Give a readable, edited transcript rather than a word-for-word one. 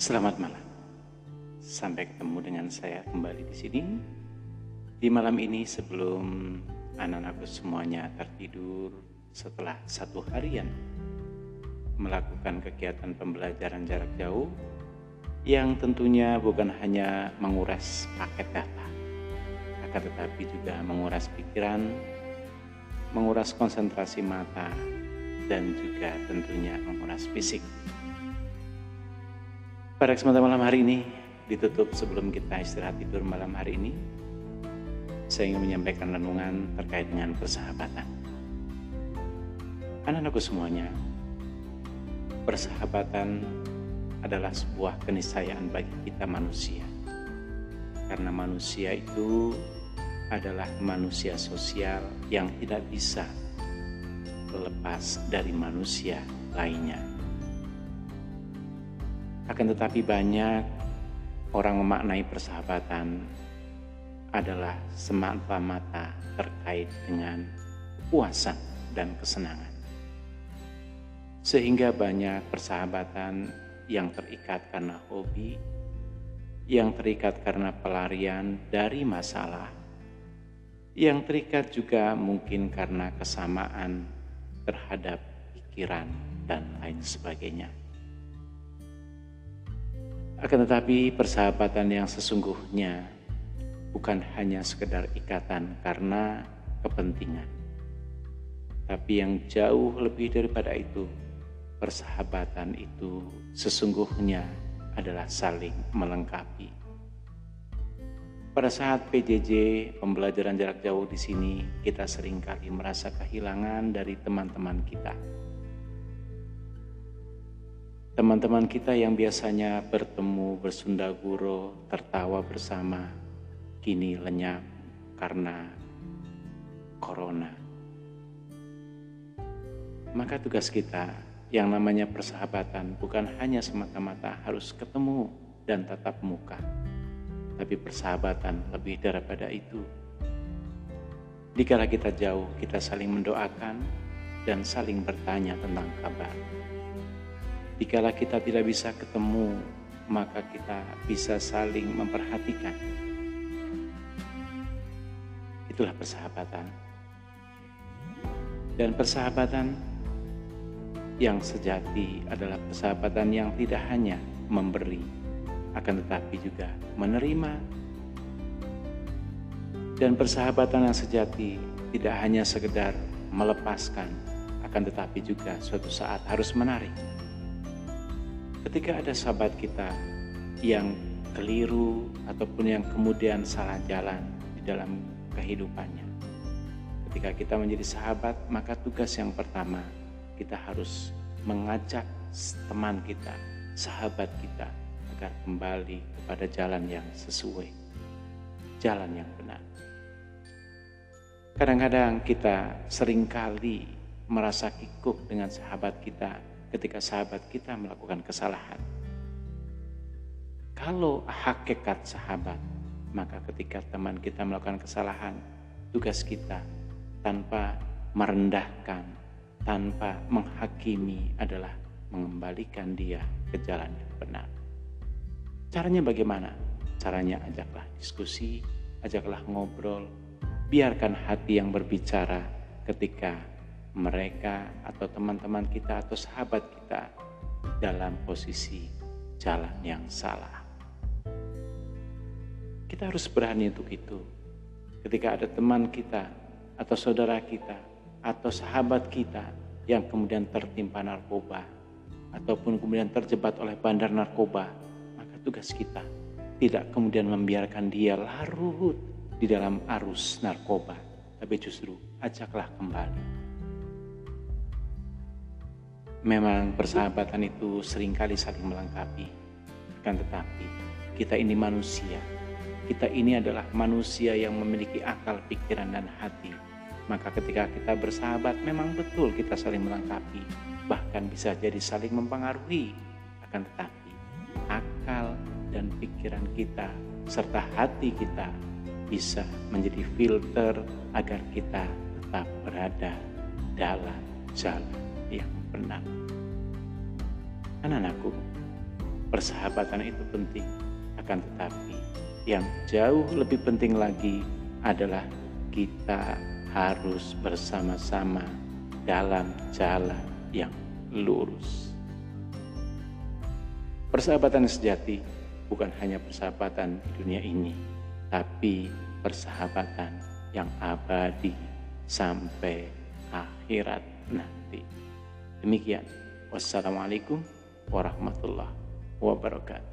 Selamat malam. Sampai ketemu dengan saya kembali di sini. Di malam ini sebelum anak-anakku semuanya tertidur setelah satu harian melakukan kegiatan pembelajaran jarak jauh yang tentunya bukan hanya menguras paket data, akan tetapi juga menguras pikiran, menguras konsentrasi mata, dan juga tentunya menguras fisik. Pada kesempatan malam hari ini ditutup sebelum kita istirahat tidur malam hari ini, saya ingin menyampaikan renungan terkait dengan persahabatan. Anak-anakku semuanya, persahabatan adalah sebuah keniscayaan bagi kita manusia. Karena manusia itu adalah manusia sosial yang tidak bisa lepas dari manusia lainnya. Akan tetapi banyak orang memaknai persahabatan adalah semata-mata terkait dengan kepuasan dan kesenangan. Sehingga banyak persahabatan yang terikat karena hobi, yang terikat karena pelarian dari masalah, yang terikat juga mungkin karena kesamaan terhadap pikiran dan lain sebagainya. Akan tetapi persahabatan yang sesungguhnya bukan hanya sekedar ikatan karena kepentingan, tapi yang jauh lebih daripada itu, persahabatan itu sesungguhnya adalah saling melengkapi. Pada saat PJJ pembelajaran jarak jauh di sini, kita seringkali merasa kehilangan dari teman-teman kita. Teman-teman kita yang biasanya bertemu, bersunda gurau, tertawa bersama, kini lenyap karena corona. Maka tugas kita yang namanya persahabatan bukan hanya semata-mata harus ketemu dan tatap muka, tapi persahabatan lebih daripada itu. Dikala kita jauh, kita saling mendoakan dan saling bertanya tentang kabar. Dikala kita tidak bisa ketemu, maka kita bisa saling memperhatikan. Itulah persahabatan. Dan persahabatan yang sejati adalah persahabatan yang tidak hanya memberi, akan tetapi juga menerima. Dan persahabatan yang sejati tidak hanya sekedar melepaskan, akan tetapi juga suatu saat harus menarik. Ketika ada sahabat kita yang keliru ataupun yang kemudian salah jalan di dalam kehidupannya, ketika kita menjadi sahabat, maka tugas yang pertama kita harus mengajak teman kita, sahabat kita, agar kembali kepada jalan yang sesuai, jalan yang benar. Kadang-kadang kita seringkali merasa kikuk dengan sahabat kita ketika sahabat kita melakukan kesalahan. Kalau hakikat sahabat, maka ketika teman kita melakukan kesalahan, tugas kita tanpa merendahkan, tanpa menghakimi adalah mengembalikan dia ke jalan yang benar. Caranya bagaimana? Caranya ajaklah diskusi, ajaklah ngobrol, biarkan hati yang berbicara ketika mereka atau teman-teman kita atau sahabat kita dalam posisi jalan yang salah. Kita harus berani untuk itu. Ketika ada teman kita atau saudara kita atau sahabat kita yang kemudian tertimpa narkoba ataupun kemudian terjebak oleh bandar narkoba, maka tugas kita tidak kemudian membiarkan dia larut di dalam arus narkoba, tapi justru ajaklah kembali. Memang persahabatan itu seringkali saling melengkapi, kan, tetapi kita ini manusia. Kita ini adalah manusia yang memiliki akal, pikiran, dan hati. Maka ketika kita bersahabat, memang betul kita saling melengkapi, bahkan bisa jadi saling mempengaruhi. Akan tetapi akal dan pikiran kita serta hati kita bisa menjadi filter agar kita tetap berada dalam jalan yang benar. Anak-anakku, persahabatan itu penting, akan tetapi yang jauh lebih penting lagi adalah kita harus bersama-sama dalam jalan yang lurus. Persahabatan sejati bukan hanya persahabatan di dunia ini, tapi persahabatan yang abadi sampai akhirat nanti. Demikian. Wassalamualaikum warahmatullahi wabarakatuh.